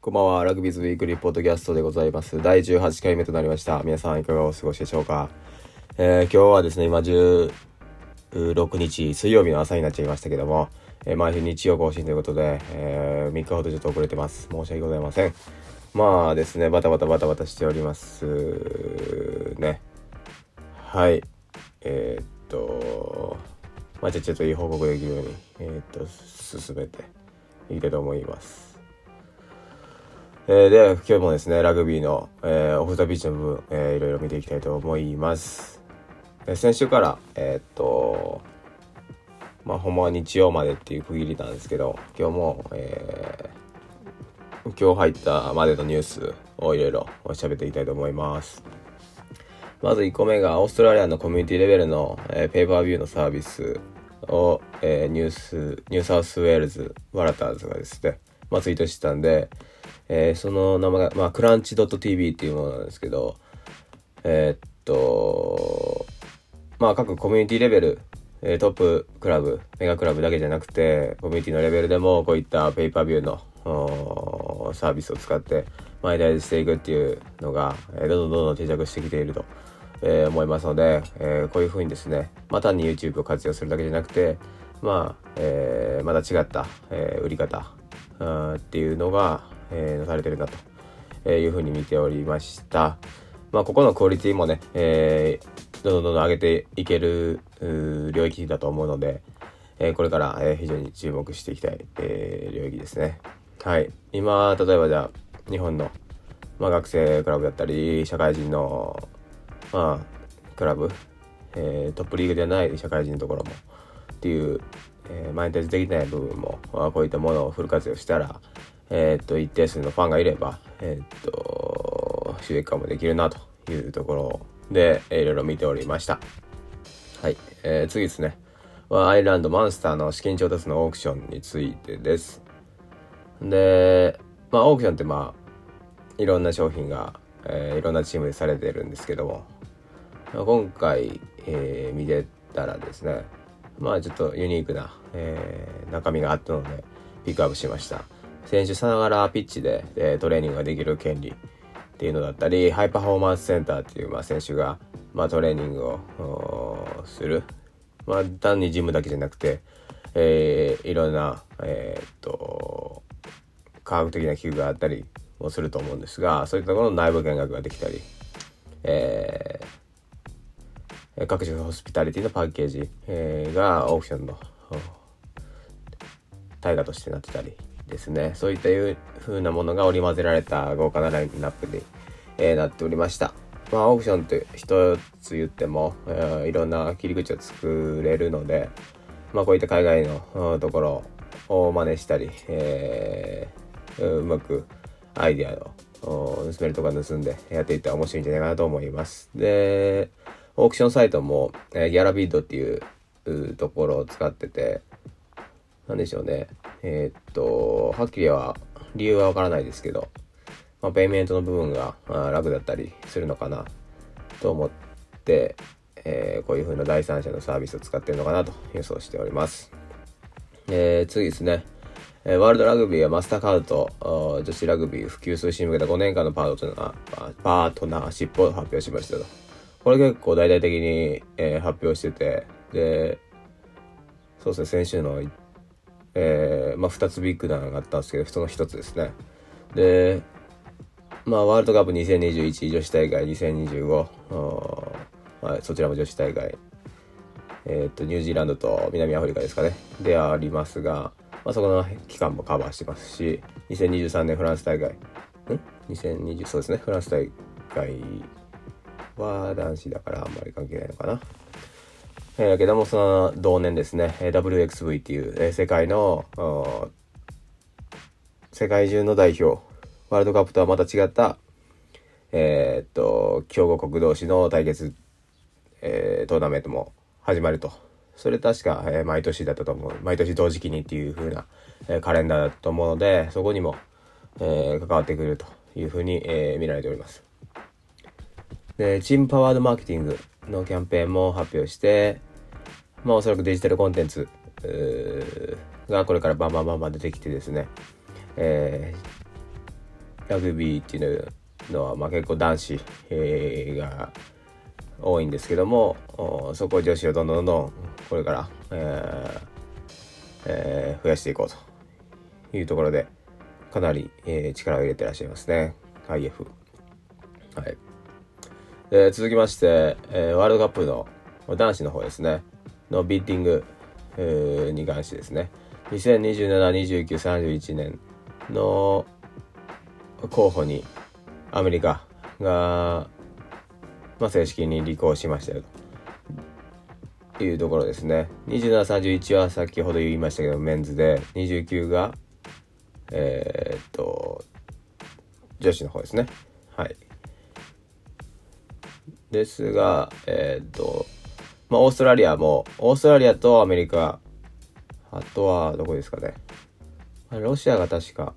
こんばんは。ラグビーズウィークリーポッドキャストでございます。第18回目となりました。皆さんいかがお過ごしでしょうか。今日はですね、今16日水曜日の朝になっちゃいましたけども、毎週日曜更新ということで、3日ほどちょっと遅れてます。申し訳ございません。まあですね、バタバタしておりますね。はい。ちょっといい報告できるように、進めていきたいと思います。では今日もですね、ラグビーの、オフザピッチの部分、いろいろ見ていきたいと思います。先週から、ほんまは日曜までっていう区切りなんですけど、今日も、今日入ったまでのニュースをいろいろ喋っていきたいと思います。まず1個目がオーストラリアのコミュニティレベルの、ペーパービューのサービスを、ニューサウスウェールズワラターズがですね、ツイートしてたんで、その名前が、クランチ .tv っていうものなんですけど、各コミュニティレベル、トップクラブ、メガクラブだけじゃなくて、コミュニティのレベルでもこういったペーパービューのサービスを使ってマネタイズしていくっていうのが、どんどん定着してきていると、思いますので、こういう風にですね、単に YouTube を活用するだけじゃなくて、また違った、売り方っていうのが、なされてるなという風に見ておりました。ここのクオリティもね、どんどん上げていける領域だと思うので、これから、非常に注目していきたい、領域ですね。はい。今、例えばじゃあ、日本の、学生クラブだったり、社会人の、クラブ、トップリーグではない社会人のところも、っていう、マネタイズできない部分も、こういったものをフル活用したら、一定数のファンがいれば、収益化もできるなというところで、いろいろ見ておりました。はい。次ですね。アイルランドマンスターの資金調達のオークションについてです。で、オークションっていろんな商品が、いろんなチームでされてるんですけども、今回、見てたらですね、ちょっとユニークな、中身があったのでピックアップしました。選手さながらピッチで、トレーニングができる権利っていうのだったり、ハイパフォーマンスセンターっていう、選手が、トレーニングをする、単にジムだけじゃなくて、いろんな、科学的な器具があったりもすると思うんですが、そういったところの内部見学ができたり、各種ホスピタリティのパッケージ、がオークションの対価としてなってたりですね。そういったいう風なものが織り交ぜられた豪華なラインナップに、なっておりました。オークションって一つ言っても、いろんな切り口を作れるので、こういった海外のところを真似したり、うまくアイデアを盗めるとか盗んでやっていったら面白いんじゃないかなと思います。で、オークションサイトも、ギャラビッドっていうところを使ってて、なんでしょうね。はっきりは理由はわからないですけど、ペイメントの部分が楽だったりするのかなと思って、こういう風な第三者のサービスを使っているのかなと予想しております。次ですね。ワールドラグビーはマスターカードと女子ラグビー普及推進に向けた5年間のパートナーシップを発表しましたと。これ結構大々的に、発表してて、で、そうですね、先週の、2つビッグなのがあったんですけど、その1つですね。で、ワールドカップ2021女子大会2025、そちらも女子大会、ニュージーランドと南アフリカですかね、でありますが、そこの期間もカバーしてますし、2023年フランス大会、そうですね、フランス大会は男子だからあんまり関係ないのかな。けどもその同年ですね、WXV っていう、世界中の代表、ワールドカップとはまた違った、強豪国同士の対決、トーナメントも始まると。それ確か、毎年だったと思う。毎年同時期にっていう風な、カレンダーだと思うので、そこにも、関わってくるという風に、見られております。で、チームパワードマーケティングのキャンペーンも発表して、おそらくデジタルコンテンツがこれからバンバン出てきてですね、 ラグビーっていうのは、まあ、結構男子、が多いんですけども、そこを女子をどんどんこれから、増やしていこうというところでかなり、力を入れてらっしゃいますね IF。 はい。続きまして、ワールドカップの男子の方ですねのビッティング、に関してですね、2027、29、31年の候補にアメリカが、まあ、正式に履行しましたよというところですね。27、31は先ほど言いましたけどメンズで、29が女子の方ですね。はい。ですがまあオーストラリアとアメリカ、あとはどこですかね、ロシアが確か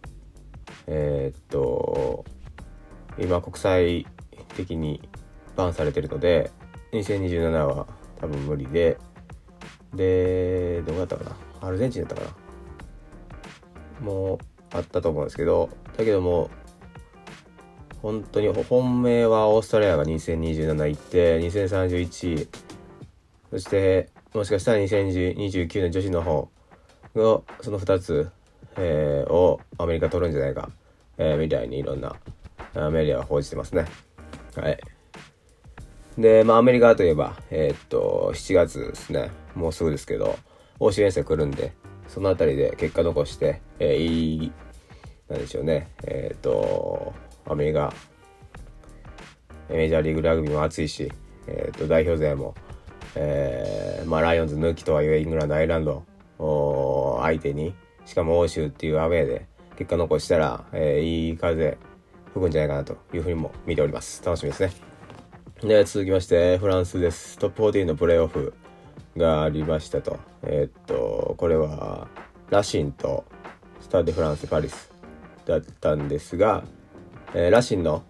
今国際的にバンされてるので2027は多分無理で、どこだったかな、アルゼンチンだったかな、もうあったと思うんですけど、だけども本当に本命はオーストラリアが2027行って2031、そしてもしかしたら2029年女子の方のその2つ、をアメリカ取るんじゃないか、みたいにいろんなメディアが報じてますね。はい。で、まあアメリカといえば7月ですね、もうすぐですけど欧州遠征来るんで、そのあたりで結果残して、なんでしょうね、アメリカメジャーリーグラグビーも熱いし、代表勢も、まあライオンズ抜きとはいえイングランド、アイルランド相手に、しかも欧州っていうアウェーで結果残したら、いい風吹くんじゃないかなというふうにも見ております。楽しみですね。で、続きましてフランスです。トップ14のプレーオフがありましたと。これはラシンとスタッド・フランス・パリスだったんですが、ラシンの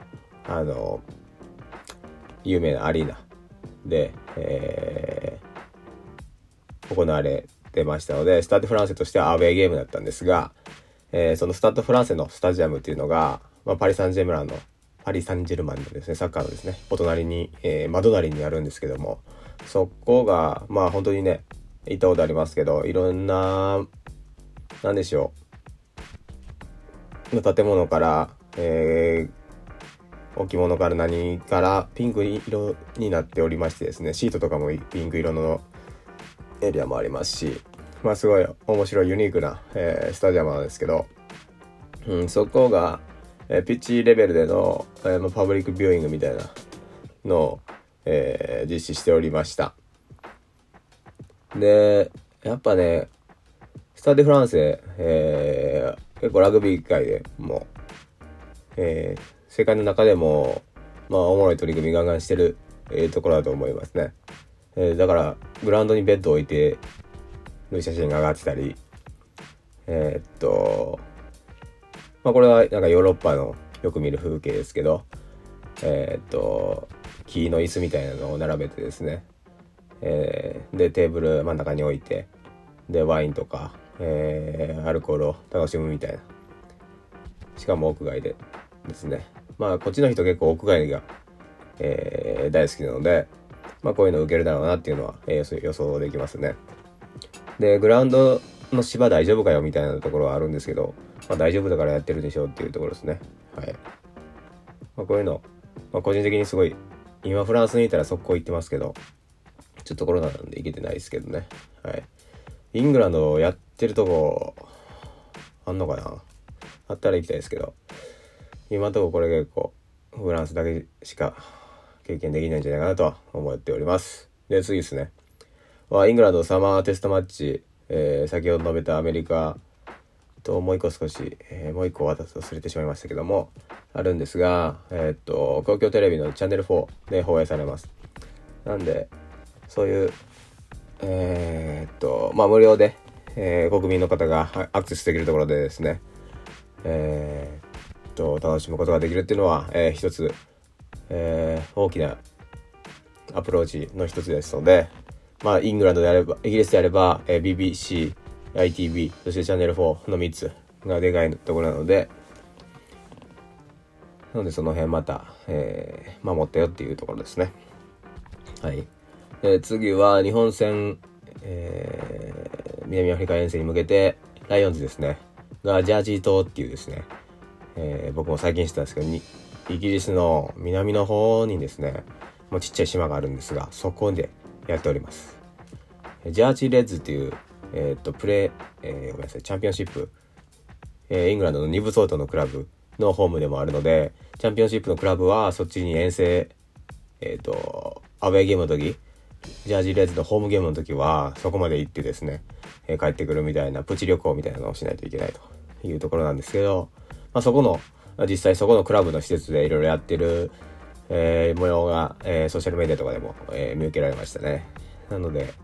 有名なアリーナで、行われてましたので、スタッド・フランセとしてはアウェーゲームだったんですが、そのスタッド・フランセのスタジアムっていうのが、まあ、パリ・サンジェルマンのですね、サッカーのですね、お隣に、窓なりにあるんですけども、そこがまあ本当にね、行ったことありますけど、いろんな、なんでしょう、建物から、置物から何からピンク色になっておりましてですね、シートとかもピンク色のエリアもありますし、まあすごい面白いユニークな、スタジアムなんですけど、そこが、ピッチレベルでの、パブリックビューイングみたいなのを、実施しておりました。で、やっぱね、スタッド・フランセ、結構ラグビー界でも、世界の中でも、まあ、おもろい取り組みガンガンしてる、ところだと思いますね。だから、グラウンドにベッドを置いてる写真が上がってたり、まあ、これはなんかヨーロッパのよく見る風景ですけど、木の椅子みたいなのを並べてですね、でテーブル真ん中に置いて、でワインとか、アルコールを楽しむみたいな、しかも屋外でですね、まあこっちの人結構屋外が、大好きなので、まあこういうの受けるだろうなっていうのは、予想できますね。でグラウンドの芝大丈夫かよみたいなところはあるんですけど、まあ、大丈夫だからやってるでしょうっていうところですね。はい。まあ、こういうの、まあ、個人的にすごい、今フランスにいたら速攻行ってますけど、ちょっとコロナなんで行けてないですけどね。はい。イングランドやってるとこあんのかな、あったら行きたいですけど、今のところこれ結構フランスだけしか経験できないんじゃないかなとは思っております。で、次ですね。イングランドサマーテストマッチ、先ほど述べたアメリカともう一個少し、もう一個忘れてしまいましたけどもあるんですが、公共テレビのチャンネル4で放映されます。なんでそういうまあ無料で、国民の方がアクセスできるところでですね、楽しむことができるっていうのは、一つ、大きなアプローチの一つですので、まあイングランドであれば、イギリスであれば、BBC、ITV、そしてチャンネル4の3つがでかいところなので、 なのでその辺また、守ったよっていうところですね。はい。次は日本戦、南アフリカ遠征に向けてライオンズですねがジャージー島っていうですね、僕も最近知ったんですけどイギリスの南の方にですねもうちっちゃい島があるんですが、そこでやっております。ジャージーレッズっていう、プレー、ごめんなさい、チャンピオンシップ、イングランドの2部相当のクラブのホームでもあるので、チャンピオンシップのクラブはそっちに遠征、アウェーゲームの時、ジャージーレッズのホームゲームの時はそこまで行ってですね、帰ってくるみたいなプチ旅行みたいなのをしないといけないというところなんですけど、そこの実際そこのクラブの施設でいろいろやってる、模様が、ソーシャルメディアとかでも、見受けられましたね。なので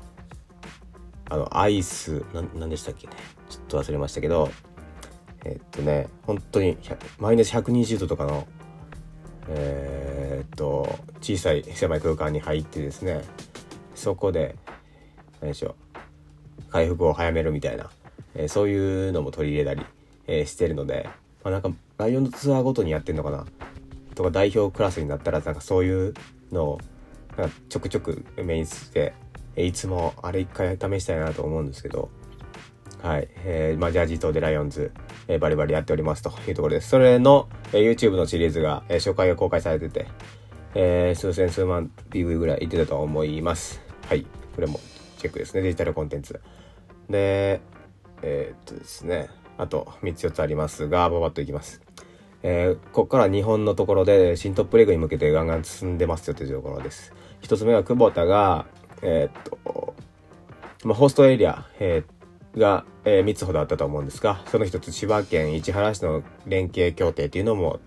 アイスなんでしたっけね、ちょっと忘れましたけど、本当にマイナス120度とかの小さい狭い空間に入ってですね、そこで何でしょう、回復を早めるみたいな、そういうのも取り入れたり、してるので、なんかライオンズツアーごとにやってんのかなとか、代表クラスになったらなんかそういうのをなんかちょくちょく目にして、いつもあれ一回試したいなと思うんですけど、はい、ジャージー島でライオンズ、バリバリやっておりますというところです。それの、YouTube のシリーズが、初回が公開されてて、数千数万 PV ぐらいいってたと思います。はい、これもチェックですね。デジタルコンテンツで、ですね、あと3つ4つありますが、ババッといきます。ここから日本のところで新トップリーグに向けてガンガン進んでますよというところです。一つ目は久保田が、ホストエリア、が、3つほどあったと思うんですが、その一つ千葉県市原市の連携協定というのを、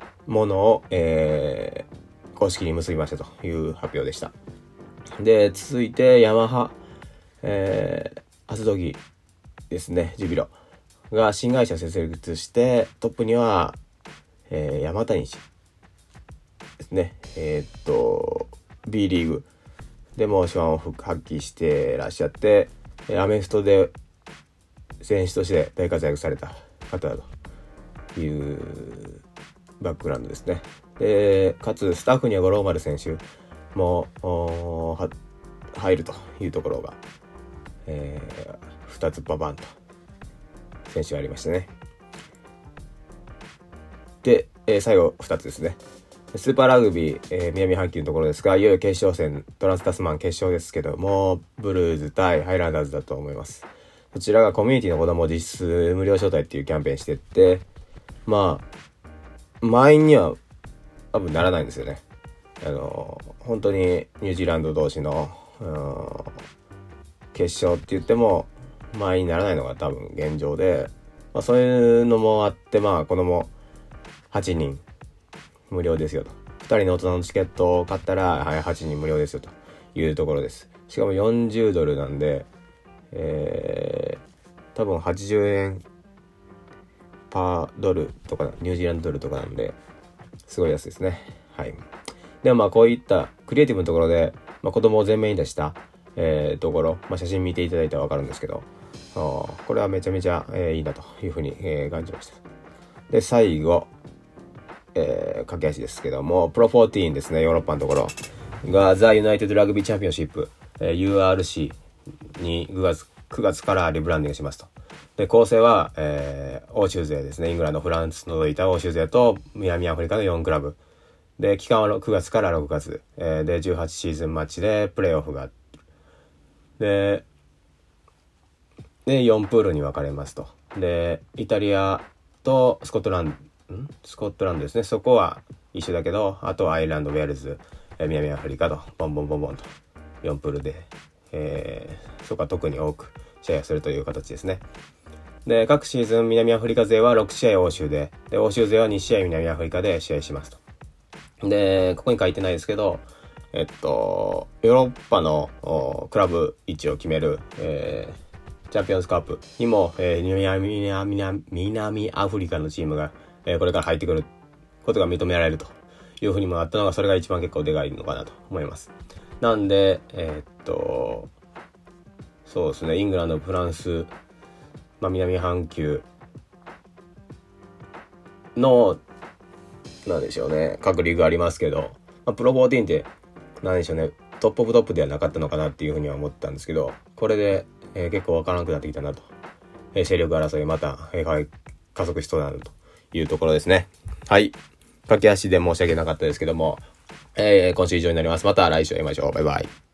公式に結びましたという発表でした。で、続いてヤマハ、発動機ですね、ジュビロが新会社設立して、トップには、山谷氏ですね。B リーグでも手腕を発揮してらっしゃって、アメフトで選手として大活躍された方だというバックグラウンドですね。でかつスタッフには五郎丸選手も入るというところが、2つババンと選手がありましたね。で、最後2つですね。スーパーラグビー、南半球のところですが、いよいよ決勝戦、トランスタスマン決勝ですけども、ブルーズ対ハイランダーズだと思います。こちらがコミュニティの子供を実質無料招待っていうキャンペーンしてって、満員には多分ならないんですよね。本当にニュージーランド同士の決勝って言っても満員にならないのが多分現状で、そういうのもあって、子供8人無料ですよと。2人の大人のチケットを買ったら、8人無料ですよというところです。しかも40ドルなんで、多分80円パードルとかニュージーランドドルとかなんですごい安いですね。はい。でもこういったクリエイティブのところで、子供を前面に出した、ところ、写真見ていただいたら分かるんですけど、これはめちゃめちゃ、いいなというふうに、感じました。で最後、駆け足ですけども、プロ14ですね、ヨーロッパのところがザ・ユナイテッド・ラグビー・チャンピオンシップ、URC に9月からリブランディングしますと。で構成は、欧州勢ですね、イングランド、フランス除いた欧州勢と南アフリカの4クラブで、期間は9月から6月、で18シーズンマッチでプレーオフがで4プールに分かれますと。でイタリアとスコットランドですね、そこは一緒だけど、あとはアイルランド、ウェールズ、南アフリカとボンボンと4プールで、そこは特に多く試合をするという形ですね。で各シーズン南アフリカ勢は6試合欧州で、欧州勢は2試合南アフリカで試合しますと。でここに書いてないですけど、ヨーロッパのクラブ位置を決める、チャンピオンズカップにも、南アフリカのチームが、これから入ってくることが認められるというふうにもなったのが、それが一番結構でかいのかなと思います。なんでそうですね、イングランド、フランス、南半球のなんでしょうね、各リーグありますけど、プロ14ってなんでしょうね、トップオブトップではなかったのかなっていうふうには思ったんですけど、これで、結構わからなくなってきたなと、勢力争いまた、加速しそうだなというところですね。はい、駆け足で申し訳なかったですけども、今週以上になります。また来週会いましょう。バイバイ。